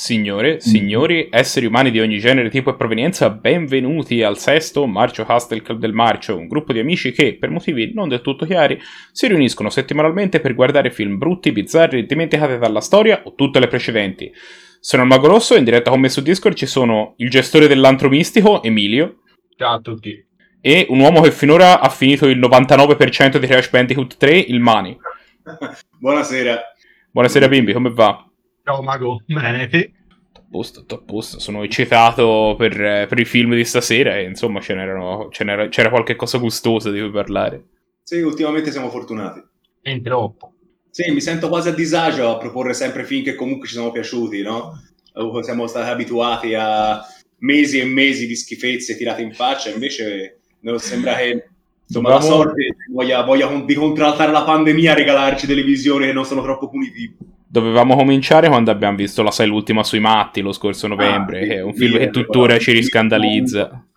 Signore, signori, esseri umani di ogni genere, tipo e provenienza, benvenuti al sesto Marcio Cast del Club del Marcio, un gruppo di amici che, per motivi non del tutto chiari, si riuniscono settimanalmente per guardare film brutti, bizzarri, dimenticati dalla storia o tutte le precedenti. Sono il Mago Rosso e in diretta con me su Discord ci sono il gestore dell'antro mistico, Emilio. Ciao a tutti. E un uomo che finora ha finito il 99% di Crash Bandicoot 3, il Mani. Buonasera. Buonasera bimbi, come va? Ciao Mago, bene, te? A posto, sono eccitato per i film di stasera e insomma c'era qualche cosa gustosa di cui parlare. Sì, ultimamente siamo fortunati. In troppo. Sì, mi sento quasi a disagio a proporre sempre film che comunque ci sono piaciuti, no? Siamo stati abituati a mesi e mesi di schifezze tirate in faccia, invece non sembra che insomma, la sorte voglia di contraltare la pandemia, regalarci televisioni che non sono troppo punitivi. Dovevamo cominciare quando abbiamo visto La Sai l'ultima sui matti lo scorso novembre, sì, che è un film che tuttora ci riscandalizza.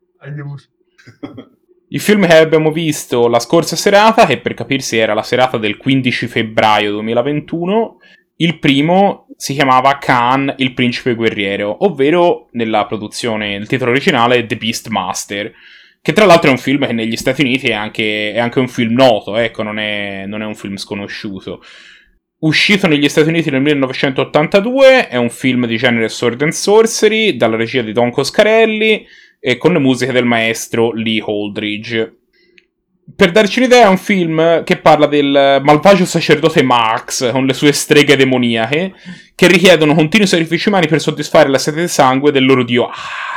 Il film che abbiamo visto la scorsa serata, che per capirsi era la serata del 15 febbraio 2021, il primo si chiamava Khan, il principe guerriero, ovvero nella produzione, il titolo originale The Beastmaster, che tra l'altro è un film che negli Stati Uniti è anche un film noto, ecco, non è un film sconosciuto. Uscito negli Stati Uniti nel 1982, è un film di genere sword and sorcery, dalla regia di Don Coscarelli e con le musiche del maestro Lee Holdridge. Per darci un'idea, è un film che parla del malvagio sacerdote Max con le sue streghe demoniache che richiedono continui sacrifici umani per soddisfare la sete di sangue del loro dio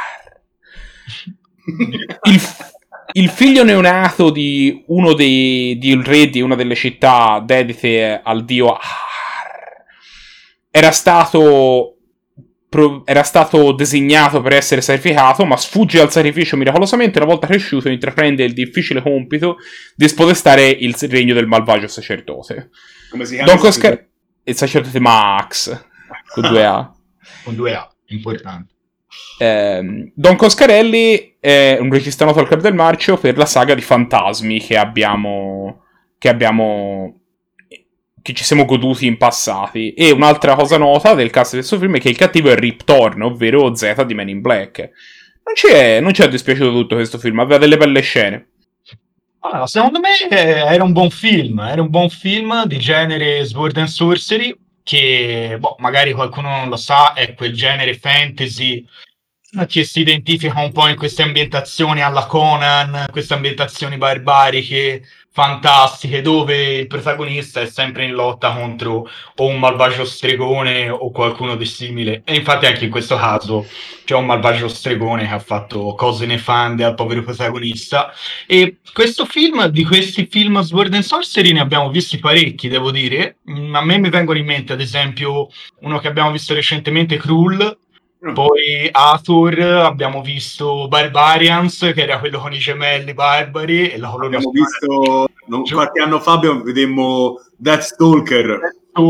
il figlio neonato di uno di un re di una delle città dedite al dio era stato designato per essere sacrificato, ma sfugge al sacrificio miracolosamente. Una volta cresciuto intraprende il difficile compito di spodestare il regno del malvagio sacerdote. Come si chiama? Il sacerdote Max con 2A. Con 2A, importante. Don Coscarelli è un regista noto al Club del Marcio per la saga di fantasmi che ci siamo goduti in passati. E un'altra cosa nota del cast del suo film è che il cattivo è Rip Torn, ovvero Z di Men in Black. Non ci è dispiaciuto tutto questo film, aveva delle belle scene. Allora, secondo me era un buon film di genere sword and sorcery, che magari qualcuno non lo sa, è quel genere fantasy che si identifica un po' in queste ambientazioni alla Conan, queste ambientazioni barbariche, fantastiche, dove il protagonista è sempre in lotta contro o un malvagio stregone o qualcuno di simile. E infatti anche in questo caso c'è un malvagio stregone che ha fatto cose nefande al povero protagonista. E questo film, di questi film Sword and Sorcery, ne abbiamo visti parecchi, devo dire. A me mi vengono in mente, ad esempio, uno che abbiamo visto recentemente, Krull. Poi Hathor, abbiamo visto Barbarians, che era quello con i gemelli barbari, e abbiamo visto qualche anno fa vedemmo Deathstalker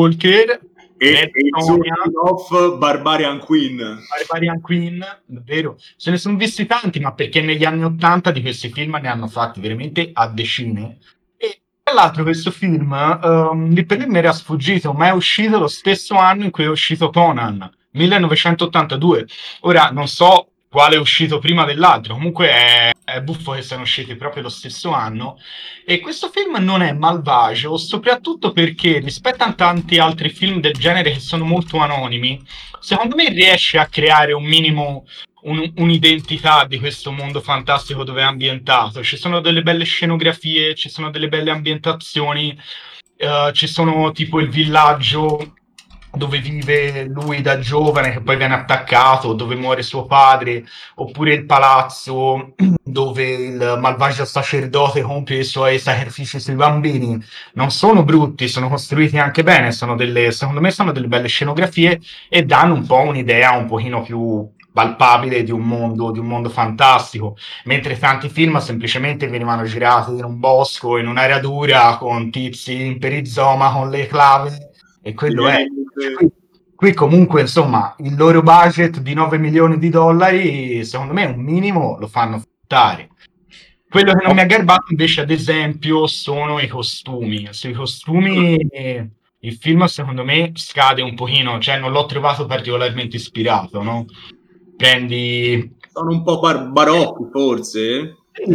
e il of Barbarian Queen, davvero. Se ne sono visti tanti, ma perché negli anni '80 di questi film ne hanno fatti veramente a decine. E tra l'altro questo film lì per lì mi era sfuggito, ma è uscito lo stesso anno in cui è uscito Conan, 1982. Ora non so quale è uscito prima dell'altro, comunque è buffo che siano usciti proprio lo stesso anno. E questo film non è malvagio, soprattutto perché rispetto a tanti altri film del genere che sono molto anonimi, secondo me riesce a creare un minimo un'identità di questo mondo fantastico dove è ambientato. Ci sono delle belle scenografie, ci sono delle belle ambientazioni, ci sono tipo il villaggio dove vive lui da giovane che poi viene attaccato, dove muore suo padre, oppure il palazzo dove il malvagio sacerdote compie i suoi sacrifici sui bambini. Non sono brutti, sono costruiti anche bene, secondo me sono delle belle scenografie e danno un po' un'idea un pochino più palpabile di un mondo fantastico, mentre tanti film semplicemente venivano girati in un bosco, in un'area dura, con tizi in perizoma, con le clave, e quello è. Qui comunque, insomma, il loro budget di $9 milioni, secondo me un minimo lo fanno fruttare. Quello che non mi ha garbato invece, ad esempio, sono i costumi. Sui costumi il film secondo me scade un pochino, cioè non l'ho trovato particolarmente ispirato, no? Prendi... Sono un po' barocchi, forse.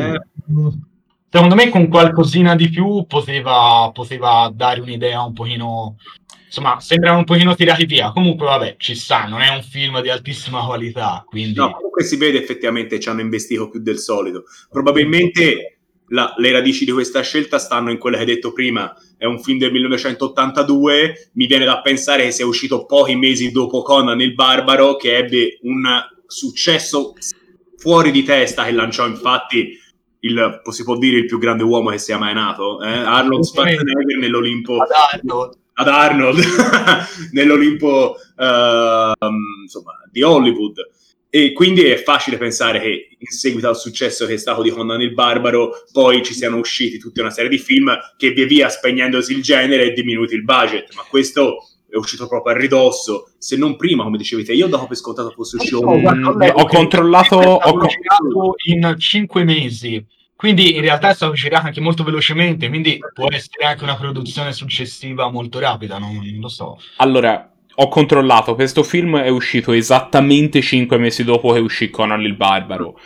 Secondo me con qualcosina di più poteva dare un'idea un pochino... Insomma, sembrano un pochino tirati via. Comunque, vabbè, ci sta, non è un film di altissima qualità, quindi... No, comunque si vede effettivamente ci hanno investito più del solito. Probabilmente le radici di questa scelta stanno in quello che hai detto prima. È un film del 1982, mi viene da pensare che sia uscito pochi mesi dopo Conan il Barbaro, che ebbe un successo fuori di testa, che lanciò infatti si può dire il più grande uomo che sia mai nato, Arnold Schwarzenegger nell'Olimpo ad Arnold nell'Olimpo insomma, di Hollywood. E quindi è facile pensare che in seguito al successo che è stato di Conan il Barbaro poi ci siano usciti tutta una serie di film che via via spegnendosi il genere e diminuito il budget, ma questo è uscito proprio a ridosso, se non prima, come dicevi te. Io dopo per scontato fosse uscito ho controllato girato in 5 mesi, quindi in realtà è stato girato anche molto velocemente, quindi può essere anche una produzione successiva molto rapida, non lo so. Allora, ho controllato, questo film è uscito esattamente 5 mesi dopo che uscì Conan il Barbaro,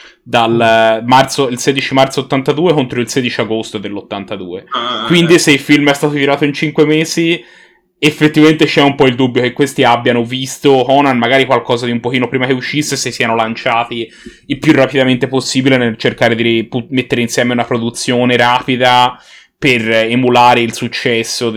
il 16 marzo 82 contro il 16 agosto dell'82. Quindi se il film è stato girato in 5 mesi, effettivamente c'è un po' il dubbio che questi abbiano visto Conan magari qualcosa di un pochino prima che uscisse, se siano lanciati il più rapidamente possibile nel cercare di mettere insieme una produzione rapida per emulare il successo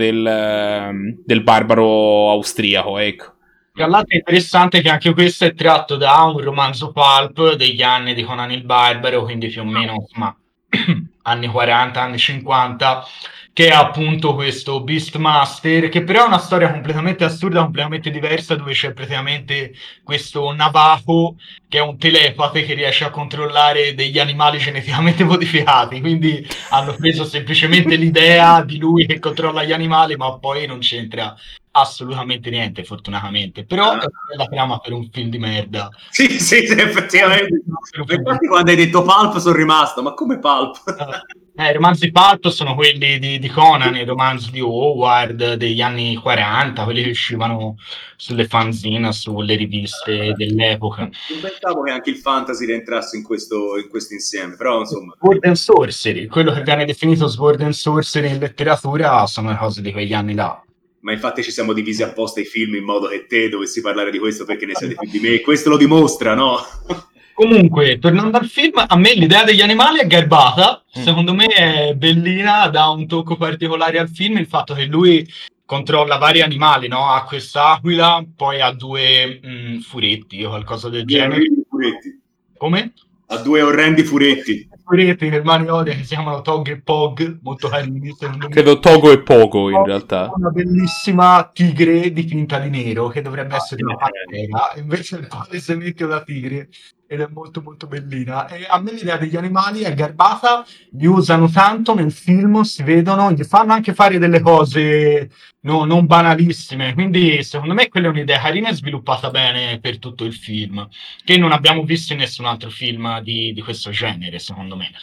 del barbaro austriaco, ecco. Tra l'altro è interessante che anche questo è tratto da un romanzo pulp degli anni di Conan il Barbaro, quindi più o meno insomma, anni 40, anni 50, che è appunto questo Beastmaster, che però è una storia completamente assurda, completamente diversa, dove c'è praticamente questo Navajo che è un telepate che riesce a controllare degli animali geneticamente modificati, quindi hanno preso semplicemente l'idea di lui che controlla gli animali, ma poi non c'entra assolutamente niente, fortunatamente. Però è una bella trama per un film di merda. Sì, effettivamente. Infatti quando hai detto Pulp sono rimasto, ma come Pulp? I romanzi pulp sono quelli di Conan, i romanzi di Howard degli anni 40, quelli che uscivano sulle fanzine, sulle riviste dell'epoca. Non pensavo che anche il fantasy rientrasse in questo insieme, però insomma... Sword and Sorcery, quello che viene definito Sword and Sorcery in letteratura, sono le cose di quegli anni là. Ma infatti ci siamo divisi apposta i film in modo che te dovessi parlare di questo perché ne siete più di me, questo lo dimostra, no? Comunque, tornando al film, a me l'idea degli animali è garbata, secondo me è bellina, dà un tocco particolare al film, il fatto che lui controlla vari animali, no? Ha quest'aquila, poi ha due furetti o qualcosa del genere. Furetti. Come? Ha due orrendi furetti. Furetti nel Maniodia che si chiamano Tog e Pog, molto carini. Credo Togo e Pogo in realtà. Una bellissima tigre dipinta di nero che dovrebbe essere una pantera, invece è palesemente una tigre ed è molto molto bellina. E a me l'idea degli animali è garbata, li usano tanto nel film, si vedono, gli fanno anche fare delle cose non banalissime, quindi secondo me quella è un'idea carina e sviluppata bene per tutto il film, che non abbiamo visto in nessun altro film di questo genere, secondo me.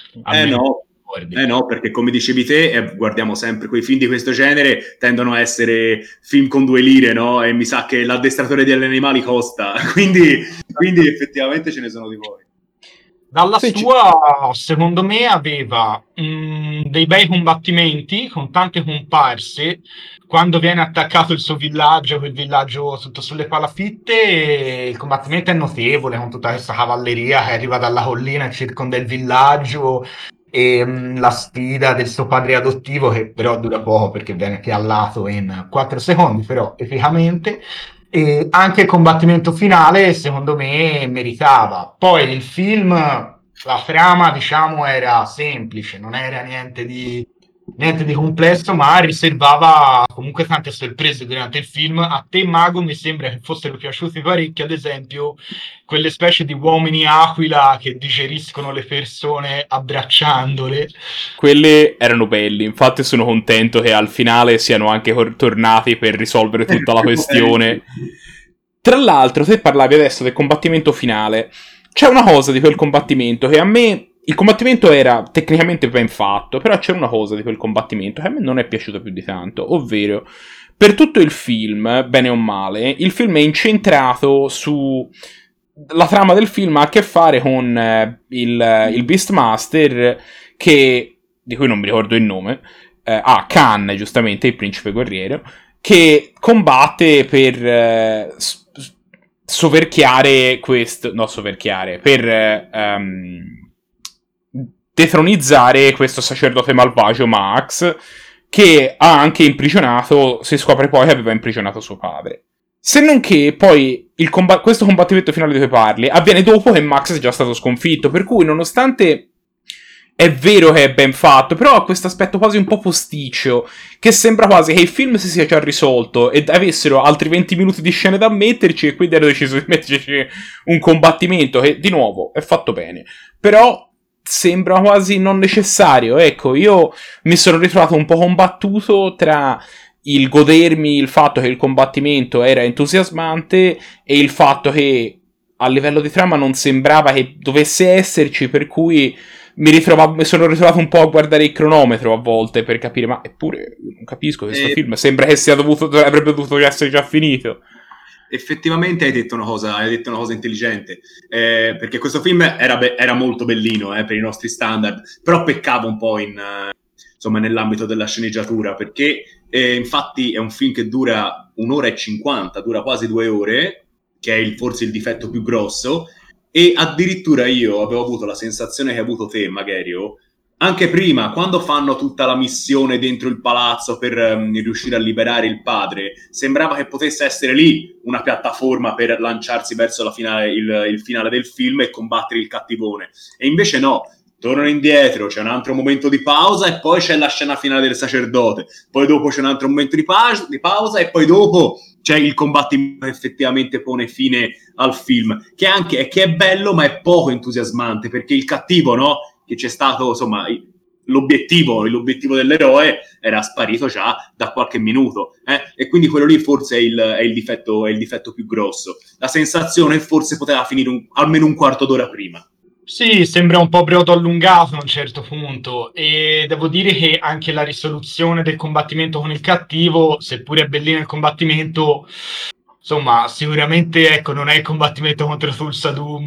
No, perché come dicevi te, guardiamo sempre quei film di questo genere, tendono a essere film con 2 lire, no? E mi sa che l'addestratore degli animali costa, quindi effettivamente ce ne sono di voi. Dalla sua, secondo me, aveva dei bei combattimenti con tante comparse. Quando viene attaccato il suo villaggio, quel villaggio tutto sulle palafitte, il combattimento è notevole, con tutta questa cavalleria che arriva dalla collina e circonda il villaggio, e la sfida del suo padre adottivo, che però dura poco perché viene piallato in 4 secondi, però epicamente. E anche il combattimento finale secondo me meritava. Poi il film, la trama diciamo era semplice, non era niente di complesso, ma riservava comunque tante sorprese durante il film. A te, Mago, mi sembra che fossero piaciuti parecchio, ad esempio quelle specie di uomini aquila che digeriscono le persone abbracciandole. Quelli erano belli, infatti sono contento che al finale siano anche tornati per risolvere tutta la questione. Tra l'altro, te parlavi adesso del combattimento finale. C'è una cosa di quel combattimento che a me... Il combattimento era tecnicamente ben fatto, però c'è una cosa di quel combattimento che a me non è piaciuta più di tanto, ovvero per tutto il film, bene o male, il film è incentrato su... La trama del film ha a che fare con il Beastmaster, di cui non mi ricordo il nome, Khan, giustamente, il principe guerriero, che combatte per soverchiare questo... No, soverchiare, per detronizzare questo sacerdote malvagio, Max, che ha anche imprigionato, si scopre poi che aveva imprigionato suo padre. Se non che poi questo combattimento finale di cui parli avviene dopo che Max è già stato sconfitto, per cui nonostante è vero che è ben fatto, però ha questo aspetto quasi un po' posticcio, che sembra quasi che il film si sia già risolto e avessero altri 20 minuti di scene da metterci e quindi hanno deciso di metterci un combattimento che, di nuovo, è fatto bene, però sembra quasi non necessario. Ecco, io mi sono ritrovato un po' combattuto tra il godermi il fatto che il combattimento era entusiasmante e il fatto che a livello di trama non sembrava che dovesse esserci, per cui mi sono ritrovato un po' a guardare il cronometro a volte per capire, ma eppure non capisco, questo film sembra che avrebbe dovuto essere già finito. Effettivamente hai detto una cosa intelligente, perché questo film era molto bellino per i nostri standard, però peccava un po' insomma, nell'ambito della sceneggiatura, perché infatti è un film che dura 1 ora e 50, dura quasi 2 ore, che è forse il difetto più grosso, e addirittura io avevo avuto la sensazione che hai avuto te, Magherio, anche prima, quando fanno tutta la missione dentro il palazzo per riuscire a liberare il padre, sembrava che potesse essere lì una piattaforma per lanciarsi verso il finale del film e combattere il cattivone. E invece no, tornano indietro, c'è un altro momento di pausa e poi c'è la scena finale del sacerdote. Poi dopo c'è un altro momento di pausa e poi dopo c'è il combattimento che effettivamente pone fine al film, che è bello ma è poco entusiasmante, perché il cattivo, no? Che c'è stato, insomma, l'obiettivo dell'eroe era sparito già da qualche minuto, e quindi quello lì forse è il difetto più grosso. La sensazione forse poteva finire almeno un quarto d'ora prima. Sì, sembra un po' brodo allungato a un certo punto, e devo dire che anche la risoluzione del combattimento con il cattivo, seppure è bellino il combattimento, insomma, sicuramente, ecco, non è il combattimento contro Thulsa Doom,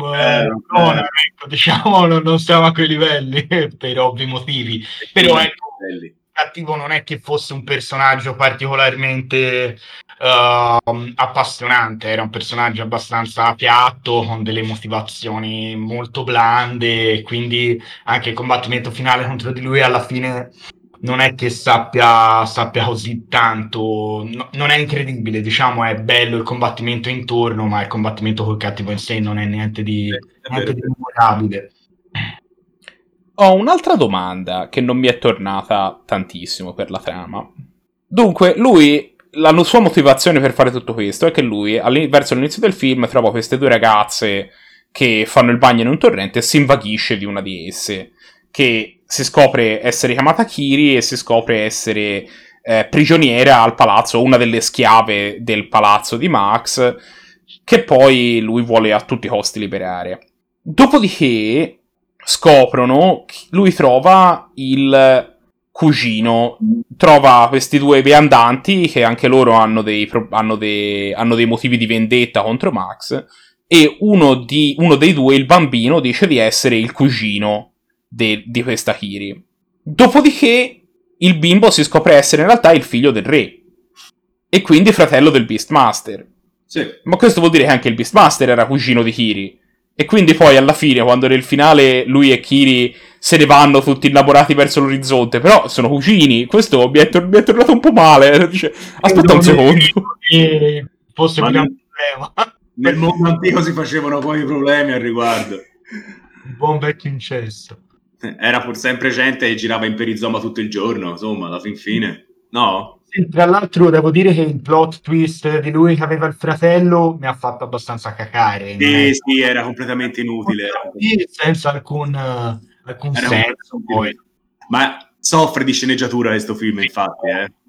ecco, diciamo, non siamo a quei livelli, per ovvi motivi. Però, ecco, il cattivo non è che fosse un personaggio particolarmente appassionante, era un personaggio abbastanza piatto, con delle motivazioni molto blande, quindi anche il combattimento finale contro di lui alla fine non è che sappia così tanto, non è incredibile, diciamo, è bello il combattimento intorno, ma il combattimento col cattivo in sé non è niente di memorabile. Ho un'altra domanda che non mi è tornata tantissimo per la trama. Dunque, la sua motivazione per fare tutto questo è che lui, verso l'inizio del film, trova queste 2 ragazze che fanno il bagno in un torrente e si invaghisce di una di esse, che si scopre essere chiamata Kiri e si scopre essere prigioniera al palazzo, una delle schiave del palazzo di Max, che poi lui vuole a tutti i costi liberare. Dopodiché scoprono, lui trova il cugino, trova questi 2 viandanti che anche loro hanno dei motivi di vendetta contro Max, e uno dei 2, il bambino, dice di essere il cugino di questa Kiri. Dopodiché il bimbo si scopre essere in realtà il figlio del re e quindi fratello del Beastmaster. Sì. Ma questo vuol dire che anche il Beastmaster era cugino di Kiri. E quindi poi alla fine, quando nel finale lui e Kiri se ne vanno tutti innamorati verso l'orizzonte, però sono cugini, questo mi è tornato un po' male. Dice, aspetta un secondo. Fosse un problema. Nel mondo antico si facevano poi problemi al riguardo. Un buon vecchio incesto. Era pur sempre gente che girava in perizoma tutto il giorno, insomma, alla fin fine. No? Sì, tra l'altro devo dire che il plot twist di lui che aveva il fratello mi ha fatto abbastanza cacare. Sì, era completamente inutile. Senza alcun senso. Poi. Ma soffre di sceneggiatura questo film, infatti.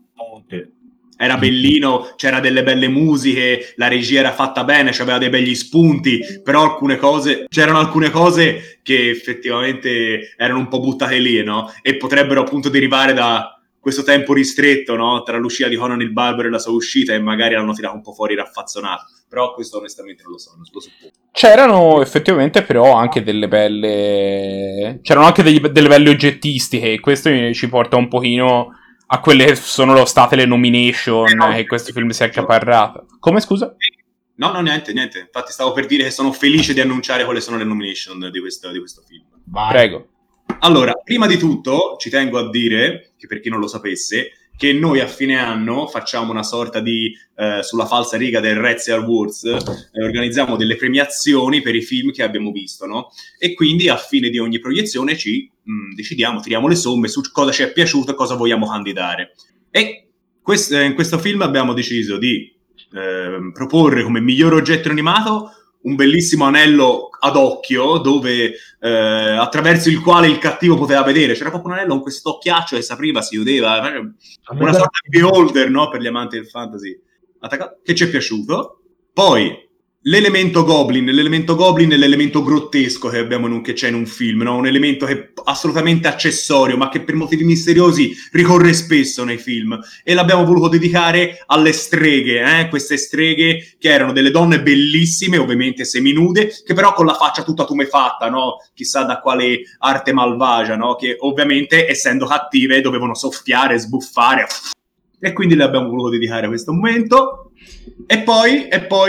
Era bellino, c'era delle belle musiche, la regia era fatta bene, c'aveva dei begli spunti, però c'erano alcune cose che effettivamente erano un po' buttate lì, no? E potrebbero appunto derivare da questo tempo ristretto, no? Tra l'uscita di Conan il Barbaro e la sua uscita, e magari l'hanno tirato un po' fuori raffazzonato. Però questo onestamente non lo so, non lo suppongo. C'erano effettivamente però anche delle belle... C'erano anche delle belle oggettistiche, e questo ci porta un pochino a quelle che sono state le nomination che questo film si è accaparrato. Come, scusa? No, niente. Infatti stavo per dire che sono felice di annunciare quali sono le nomination di questo film. Vai. Prego. Allora, prima di tutto ci tengo a dire, che per chi non lo sapesse, che noi a fine anno facciamo una sorta di, sulla falsa riga del Razzie Awards, organizziamo delle premiazioni per i film che abbiamo visto, no? E quindi a fine di ogni proiezione ci decidiamo, tiriamo le somme su cosa ci è piaciuto e cosa vogliamo candidare. E in questo film abbiamo deciso di proporre come miglior oggetto animato un bellissimo anello ad occhio, dove attraverso il quale il cattivo poteva vedere. C'era proprio un anello con questo occhiaccio che si apriva, si udeva, una sorta di beholder, no? Per gli amanti del fantasy, che ci è piaciuto. Poi l'elemento goblin è l'elemento grottesco che c'è in un film, no? Un elemento che è assolutamente accessorio, ma che per motivi misteriosi ricorre spesso nei film, e l'abbiamo voluto dedicare alle streghe, queste streghe che erano delle donne bellissime, ovviamente seminude, che però con la faccia tutta tumefatta, no? Chissà da quale arte malvagia, no? Che ovviamente, essendo cattive, dovevano soffiare, sbuffare, e quindi le abbiamo voluto dedicare a questo momento. E poi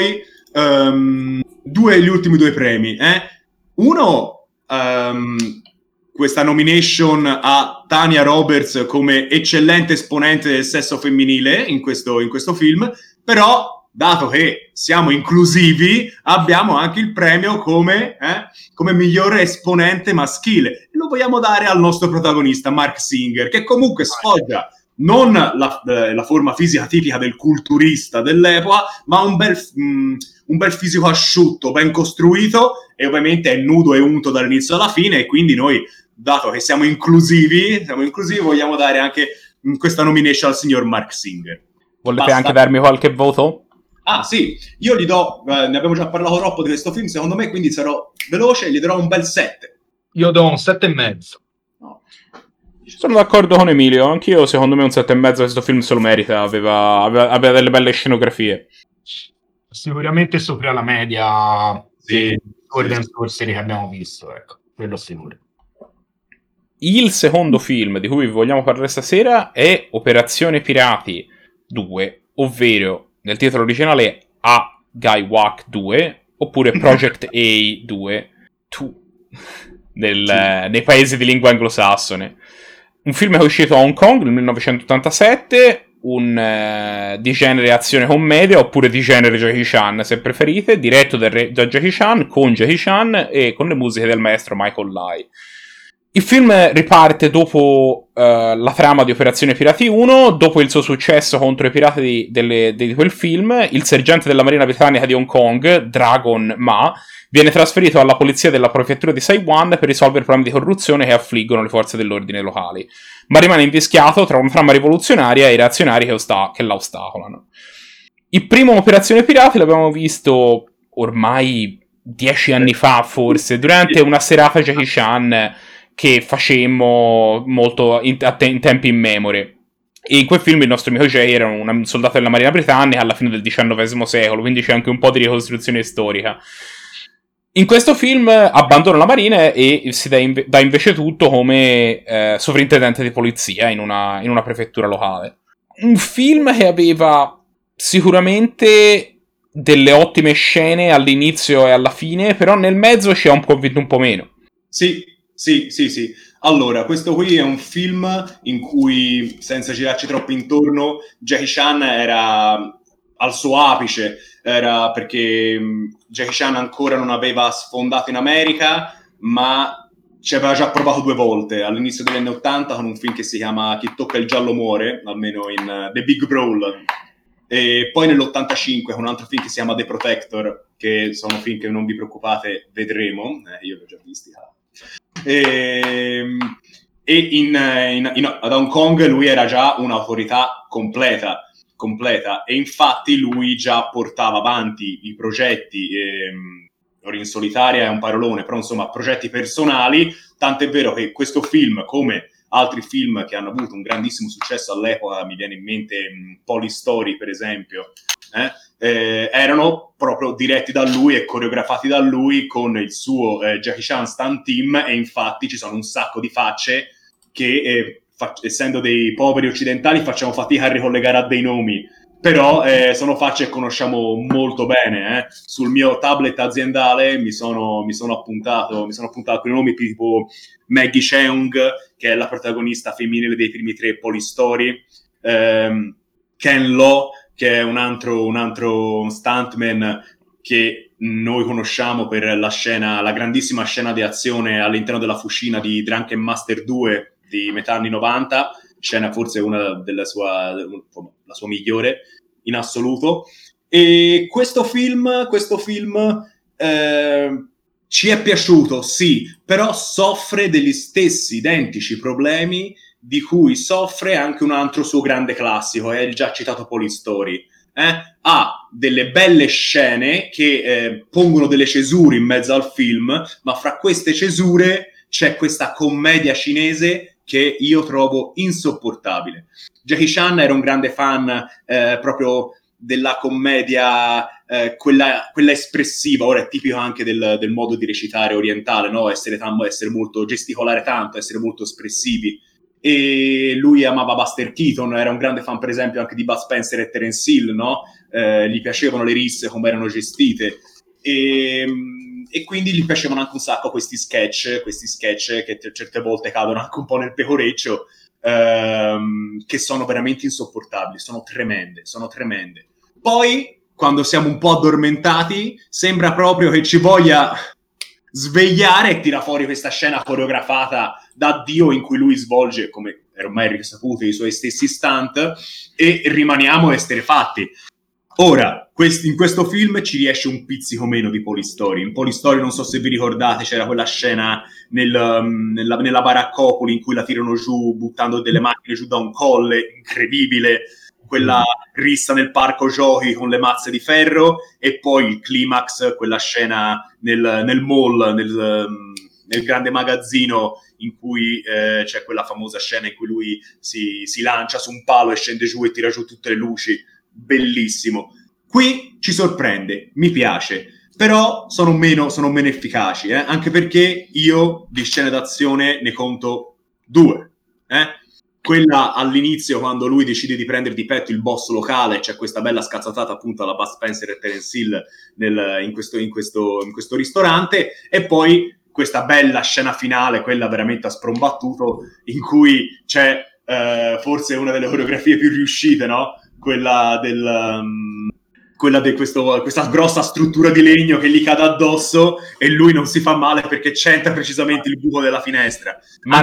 gli ultimi due premi, uno, questa nomination a Tanya Roberts come eccellente esponente del sesso femminile in questo film, però dato che siamo inclusivi abbiamo anche il premio come migliore esponente maschile, e lo vogliamo dare al nostro protagonista Mark Singer, che comunque sfoggia non la forma fisica tipica del culturista dell'epoca, ma un bel fisico asciutto, ben costruito, e ovviamente è nudo e unto dall'inizio alla fine, e quindi noi, dato che siamo inclusivi, vogliamo dare anche questa nomination al signor Mark Singer. Volete anche darmi qualche voto? Ah sì, io gli do, ne abbiamo già parlato troppo di questo film secondo me, quindi sarò veloce, gli darò un bel 7. Io do un 7,5. Sono d'accordo con Emilio, anch'io secondo me un 7,5 questo film se lo merita, aveva delle belle scenografie. Sicuramente sopra la media sì, Golden Sorcery che abbiamo visto, ecco, quello sicuro. Il secondo film di cui vi vogliamo parlare stasera è Operazione Pirati 2, ovvero nel titolo originale A Guy Wack 2, oppure Project A 2 nei paesi di lingua anglosassone. Un film che è uscito a Hong Kong nel 1987, di genere azione commedia, oppure di genere Jackie Chan se preferite, diretto da Jackie Chan, con Jackie Chan e con le musiche del maestro Michael Lai. Il film riparte dopo la trama di Operazione Pirati 1, dopo il suo successo contro i pirati di quel film. Il sergente della Marina Britannica di Hong Kong, Dragon Ma, viene trasferito alla polizia della prefettura di Saiwan per risolvere problemi di corruzione che affliggono le forze dell'ordine locali, ma rimane invischiato tra una trama rivoluzionaria e i reazionari che la ostacolano. Il primo Operazione Pirati l'abbiamo visto ormai 10 anni fa, forse, durante una serata Jackie Chan che facemmo molto in tempi immemore. E in quel film il nostro amico Jay era un soldato della Marina Britannica alla fine del XIX secolo, quindi c'è anche un po' di ricostruzione storica. In questo film abbandona la marina e si dà invece tutto come sovrintendente di polizia in una prefettura locale. Un film che aveva sicuramente delle ottime scene all'inizio e alla fine, però nel mezzo ci ha convinto un po' meno. Sì. Allora, questo qui è un film in cui, senza girarci troppo intorno, Jackie Chan era al suo apice, era perché Jackie Chan ancora non aveva sfondato in America, ma ci aveva già provato 2 volte, all'inizio degli anni 80 con un film che si chiama Chi tocca il giallo muore, almeno in The Big Brawl, e poi nell'85 con un altro film che si chiama The Protector, che sono film che non vi preoccupate, vedremo, io li ho già visti. Ad Hong Kong lui era già un'autorità completa, e infatti lui già portava avanti i progetti, ora in solitaria è un parolone, però insomma progetti personali, tant'è vero che questo film, come altri film che hanno avuto un grandissimo successo all'epoca, mi viene in mente Polystory per esempio, erano proprio diretti da lui e coreografati da lui con il suo Jackie Chan stunt team, e infatti ci sono un sacco di facce che essendo dei poveri occidentali facciamo fatica a ricollegare a dei nomi, però sono facce che conosciamo molto bene. Sul mio tablet aziendale mi sono appuntato quei nomi tipo Maggie Cheung, che è la protagonista femminile dei primi 3 Polystory, Ken Lo, che è un altro stuntman che noi conosciamo per la grandissima scena di azione all'interno della fucina di Drunken Master 2 di metà anni 90, scena forse una la sua migliore in assoluto. E questo film ci è piaciuto, sì, però soffre degli stessi identici problemi di cui soffre anche un altro suo grande classico, è il già citato Polystory. Ha delle belle scene che pongono delle cesure in mezzo al film, ma fra queste cesure c'è questa commedia cinese che io trovo insopportabile. Jackie Chan era un grande fan proprio della commedia, quella espressiva. Ora è tipico anche del modo di recitare orientale, no? Essere molto, gesticolare tanto, essere molto espressivi. E lui amava Buster Keaton, era un grande fan per esempio anche di Bud Spencer e Terence Hill, no? Gli piacevano le risse, come erano gestite, e quindi gli piacevano anche un sacco questi sketch che certe volte cadono anche un po' nel pecoreccio, che sono veramente insopportabili, sono tremende. Poi, quando siamo un po' addormentati, sembra proprio che ci voglia svegliare e tira fuori questa scena coreografata da Dio in cui lui svolge, come è ormai risaputo, i suoi stessi stunt, e rimaniamo esterefatti. Ora, in questo film ci riesce un pizzico meno di Polystory. In Polystory, non so se vi ricordate, c'era quella scena nella baraccopoli in cui la tirano giù buttando delle macchine giù da un colle, incredibile, quella rissa nel parco giochi con le mazze di ferro, e poi il climax, quella scena nel mall, nel grande magazzino, in cui c'è quella famosa scena in cui lui si lancia su un palo e scende giù e tira giù tutte le luci. Bellissimo. Qui ci sorprende, mi piace, però sono meno efficaci, anche perché io di scene d'azione ne conto 2. Quella all'inizio, quando lui decide di prendere di petto il boss locale, c'è questa bella scazzatata appunto alla Bud Spencer e Terence Hill in questo ristorante, e poi questa bella scena finale, quella veramente a sprombattuto, in cui c'è forse una delle coreografie più riuscite, no? Quella di questa grossa struttura di legno che gli cade addosso e lui non si fa male perché c'entra precisamente il buco della finestra. Ma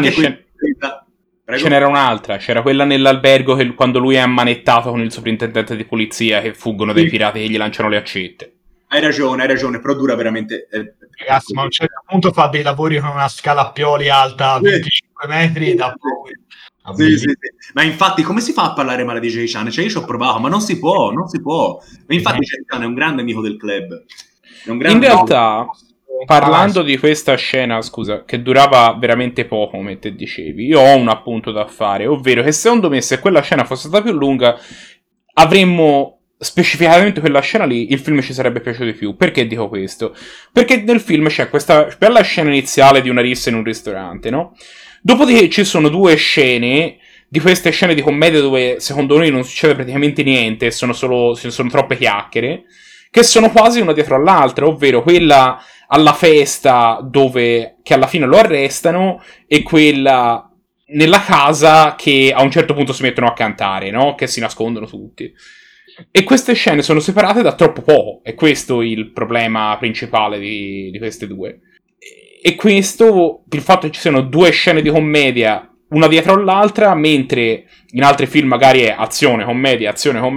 ce n'era un'altra, c'era quella nell'albergo quando lui è ammanettato con il sovrintendente di polizia, che fuggono dai pirati che gli lanciano le accette. Hai ragione, però dura veramente. Ragazzi, ma a un certo punto fa dei lavori con una scala a pioli alta 25 metri da poi. Sì. Ma infatti come si fa a parlare male di Jackie Chan? Cioè io ci ho provato, ma non si può. Ma infatti Jackie Chan è un grande amico del club. In realtà, parlando di questa scena, scusa, che durava veramente poco, come te dicevi, io ho un appunto da fare, ovvero che secondo me se quella scena fosse stata più lunga avremmo specificatamente quella scena lì, il film ci sarebbe piaciuto di più. Perché dico questo? Perché nel film c'è questa bella scena iniziale di una rissa in un ristorante, no? Dopodiché ci sono 2 scene, di queste scene di commedia dove secondo noi non succede praticamente niente, sono troppe chiacchiere, che sono quasi una dietro all'altra, ovvero quella alla festa che alla fine lo arrestano, e quella nella casa che a un certo punto si mettono a cantare, no? Che si nascondono tutti. E queste scene sono separate da troppo poco, e questo è il problema principale di queste 2. E questo, il fatto che ci siano 2 scene di commedia una dietro l'altra, mentre in altri film magari è azione, commedia,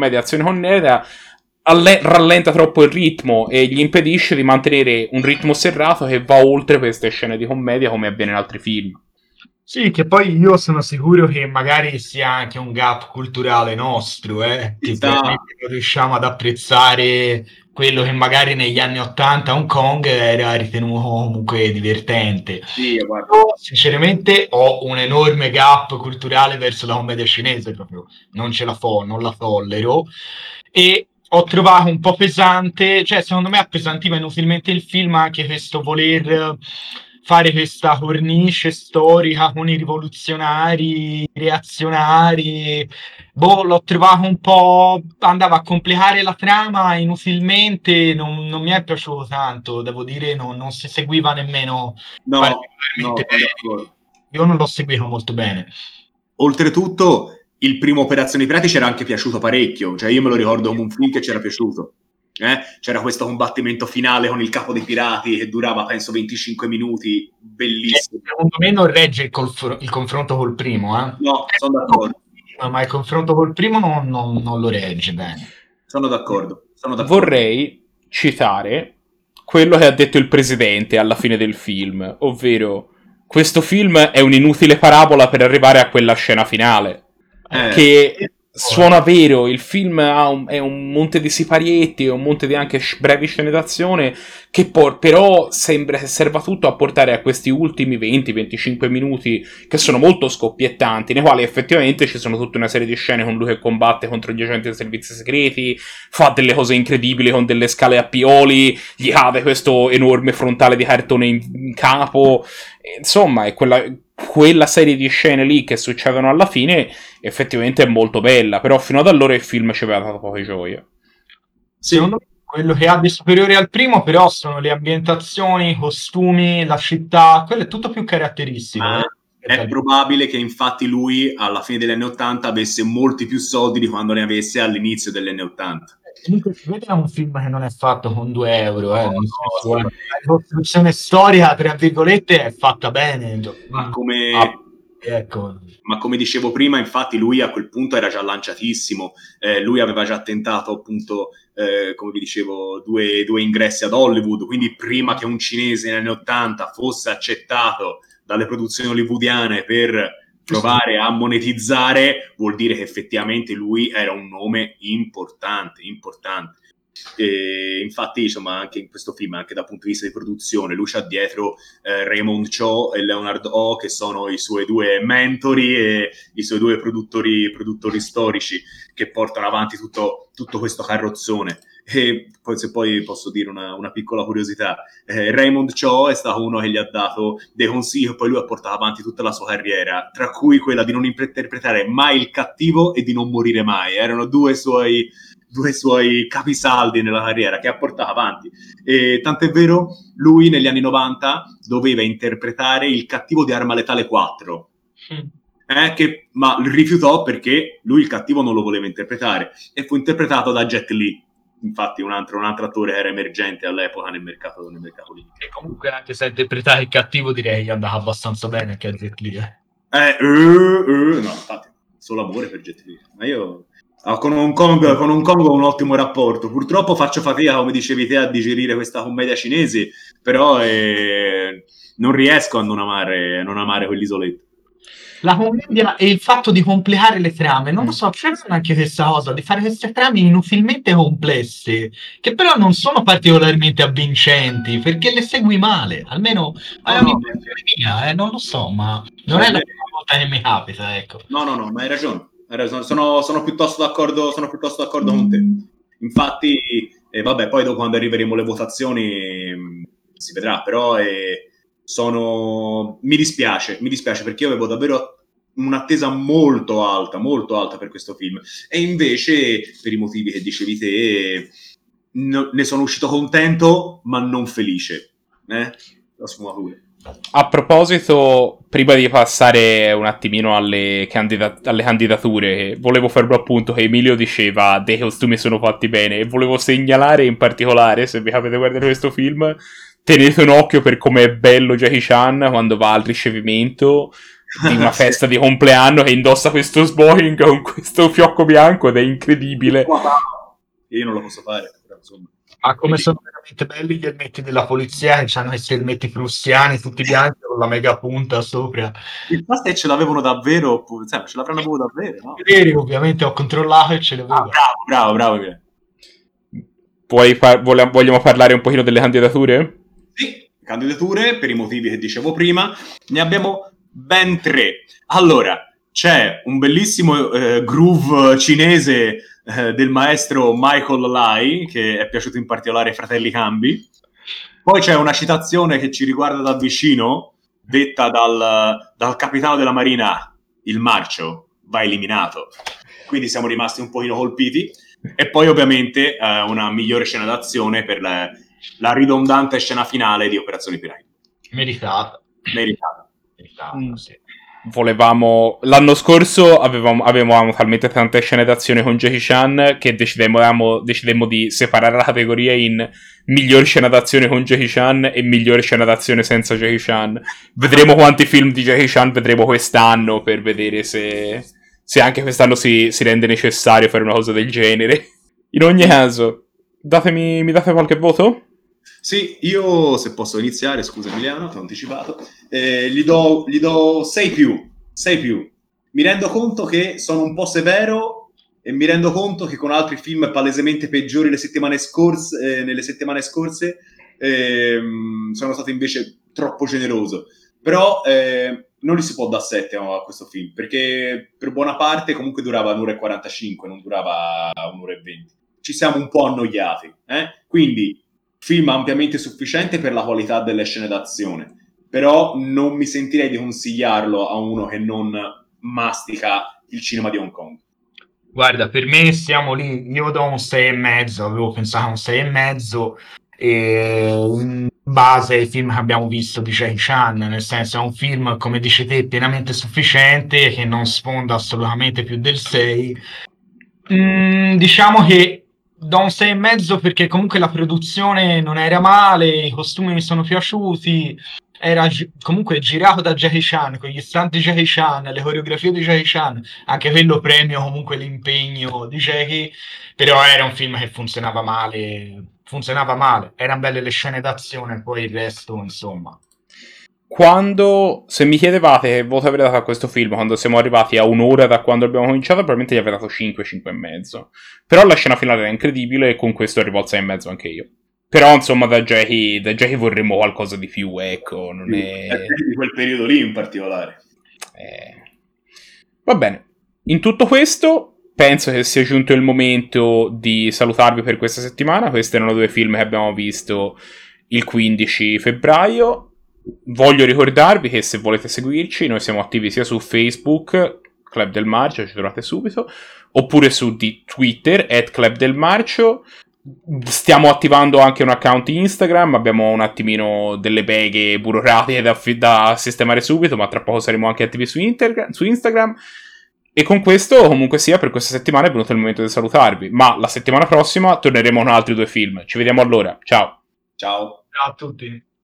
rallenta troppo il ritmo e gli impedisce di mantenere un ritmo serrato che va oltre queste scene di commedia, come avviene in altri film. Sì, che poi io sono sicuro che magari sia anche un gap culturale nostro, che non riusciamo ad apprezzare quello che magari negli anni 80 Hong Kong era ritenuto comunque divertente. Sì, guarda. Io, sinceramente, ho un enorme gap culturale verso la commedia cinese, proprio non ce la non la tollero, e ho trovato un po' pesante, cioè secondo me appesantiva inutilmente il film anche questo voler fare questa cornice storica con i rivoluzionari, i reazionari. Boh, l'ho trovato un po', andava a complicare la trama inutilmente, non mi è piaciuto tanto, devo dire, non si seguiva nemmeno No, particolarmente sono bene. d'accordo. Io non l'ho seguito molto bene. Oltretutto, il primo Operazioni Pirati c'era anche piaciuto parecchio, cioè io me lo ricordo come un film che c'era piaciuto. C'era questo combattimento finale con il capo dei pirati che durava penso 25 minuti, bellissimo. Secondo me non regge il confronto col primo, eh. No, sono d'accordo. Ma il confronto col primo non lo regge bene. Sono d'accordo. Vorrei citare quello che ha detto il presidente alla fine del film, ovvero: questo film è un'inutile parabola per arrivare a quella scena finale. Che suona vero, il film è un monte di siparietti, è un monte di anche brevi scene d'azione, che però sembra che serva tutto a portare a questi ultimi 20-25 minuti che sono molto scoppiettanti, nei quali effettivamente ci sono tutta una serie di scene con lui che combatte contro gli agenti dei servizi segreti, fa delle cose incredibili con delle scale a pioli, gli cade questo enorme frontale di cartone in capo. Insomma, è quella serie di scene lì che succedono alla fine effettivamente è molto bella, però fino ad allora il film ci aveva dato poche gioie. Sì. Secondo me quello che ha di superiore al primo però sono le ambientazioni, i costumi, la città, quello è tutto più caratteristico. È probabile che infatti lui alla fine degli anni 80 avesse molti più soldi di quando ne avesse all'inizio degli anni 80. Comunque si vede è un film che non è fatto con 2 euro, la costruzione storica, tra virgolette, è fatta bene. Ma come, ecco. Ma come dicevo prima, infatti lui a quel punto era già lanciatissimo, lui aveva già tentato appunto, come vi dicevo, due ingressi ad Hollywood, quindi prima che un cinese negli anni 80 fosse accettato dalle produzioni hollywoodiane per provare a monetizzare, vuol dire che effettivamente lui era un nome importante. E infatti, insomma, anche in questo film, anche dal punto di vista di produzione, lui c'ha dietro Raymond Cho e Leonard Ho, che sono i suoi due mentori e i suoi due produttori storici che portano avanti tutto questo carrozzone. E poi, se poi posso dire una piccola curiosità, Raymond Cho è stato uno che gli ha dato dei consigli e poi lui ha portato avanti tutta la sua carriera, tra cui quella di non interpretare mai il cattivo e di non morire mai. Erano due suoi capisaldi nella carriera che ha portato avanti. E tant'è vero, lui negli anni 90 doveva interpretare il cattivo di Arma Letale 4. Ma rifiutò perché lui il cattivo non lo voleva interpretare e fu interpretato da Jet Li, infatti un altro attore che era emergente all'epoca nel mercato lì. E comunque anche se interpretare il cattivo direi che è andato abbastanza bene anche a Jet Li. No, infatti, solo amore per Jet Li. Ma io con Hong Kong ho un ottimo rapporto. Purtroppo faccio fatica, come dicevi te, a digerire questa commedia cinese, però non riesco a non amare quell'isoletto. La commedia e il fatto di complicare le trame, non lo so, c'è anche questa cosa di fare queste trame inutilmente complesse, che però non sono particolarmente avvincenti, perché le segui male, almeno è un'impressione mia, non lo so, ma non è la prima volta che mi capita, ecco. No, ma hai ragione. Sono piuttosto d'accordo con te. Infatti, vabbè, poi dopo quando arriveremo alle votazioni si vedrà, però mi dispiace perché io avevo davvero un'attesa molto alta per questo film e invece per i motivi che dicevi te ne sono uscito contento ma non felice. La sfumatura. A proposito, prima di passare un attimino alle candidature, volevo fare appunto che Emilio diceva dei costumi sono fatti bene e volevo segnalare in particolare, se vi capite guardare questo film, tenete un occhio per come è bello Jackie Chan quando va al ricevimento di una festa di compleanno che indossa questo smoking con questo fiocco bianco ed è incredibile. Io non lo posso fare, però, insomma. Ma come sono veramente belli gli elmetti della polizia che hanno questi elmetti prussiani tutti bianchi con la mega punta sopra. Il fatto è che ce l'avevano davvero, ce l'avranno avuto davvero, no? Veri, ovviamente ho controllato e ce l'avevo. Bravo. Vogliamo parlare un pochino delle candidature? Sì, candidature, per i motivi che dicevo prima, ne abbiamo ben 3. Allora, c'è un bellissimo groove cinese del maestro Michael Lai, che è piaciuto in particolare ai fratelli Cambi. Poi c'è una citazione che ci riguarda da vicino, detta dal capitano della marina: il marcio va eliminato. Quindi siamo rimasti un pochino colpiti. E poi ovviamente una migliore scena d'azione per la ridondante scena finale di Operazione Piraña. Meritata, sì. L'anno scorso avevamo talmente tante scene d'azione con Jackie Chan che decidemmo di separare la categoria in miglior scena d'azione con Jackie Chan e miglior scena d'azione senza Jackie Chan. Vedremo quanti film di Jackie Chan vedremo quest'anno, per vedere se anche quest'anno si rende necessario fare una cosa del genere. In ogni caso, mi date qualche voto? Sì, io se posso iniziare, scusa Emiliano, ti ho anticipato, gli do 6 più. Mi rendo conto che sono un po' severo e mi rendo conto che con altri film palesemente peggiori nelle settimane scorse sono stato invece troppo generoso. Però non gli si può dare 7 a questo film, perché per buona parte comunque durava 1 ora e 45, non durava 1 ora e 20. Ci siamo un po' annoiati, quindi film ampiamente sufficiente per la qualità delle scene d'azione, però non mi sentirei di consigliarlo a uno che non mastica il cinema di Hong Kong. Guarda, per me siamo lì, io do un 6,5, avevo pensato a un 6,5, e in base ai film che abbiamo visto di Jackie Chan, nel senso è un film, come dici te, pienamente sufficiente, che non sfonda assolutamente più del 6. Diciamo che do un 6,5 perché comunque la produzione non era male, i costumi mi sono piaciuti, era comunque girato da Jackie Chan, con gli stunt di Jackie Chan, le coreografie di Jackie Chan, anche quello premio comunque l'impegno di Jackie, però era un film che funzionava male, erano belle le scene d'azione, poi il resto, insomma. Se mi chiedevate che voto avrei dato a questo film quando siamo arrivati a un'ora da quando abbiamo cominciato, probabilmente gli avrei dato 5,5. Però la scena finale era incredibile e con questo arrivo al 6,5 anche io. Però insomma da Jackie vorremmo qualcosa di più, ecco, non è... Di quel periodo lì in particolare. Va bene. In tutto questo, penso che sia giunto il momento di salutarvi per questa settimana. Questi erano 2 film che abbiamo visto il 15 febbraio. Voglio ricordarvi che se volete seguirci, noi siamo attivi sia su Facebook, Club del Marcio, ci trovate subito, oppure su Twitter, @clubdelmarcio. Stiamo attivando anche un account Instagram, abbiamo un attimino delle beghe burocratiche da sistemare subito, ma tra poco saremo anche attivi su Instagram. E con questo, comunque sia, per questa settimana è venuto il momento di salutarvi, ma la settimana prossima torneremo con altri 2 film. Ci vediamo allora, ciao! Ciao! Ciao a tutti!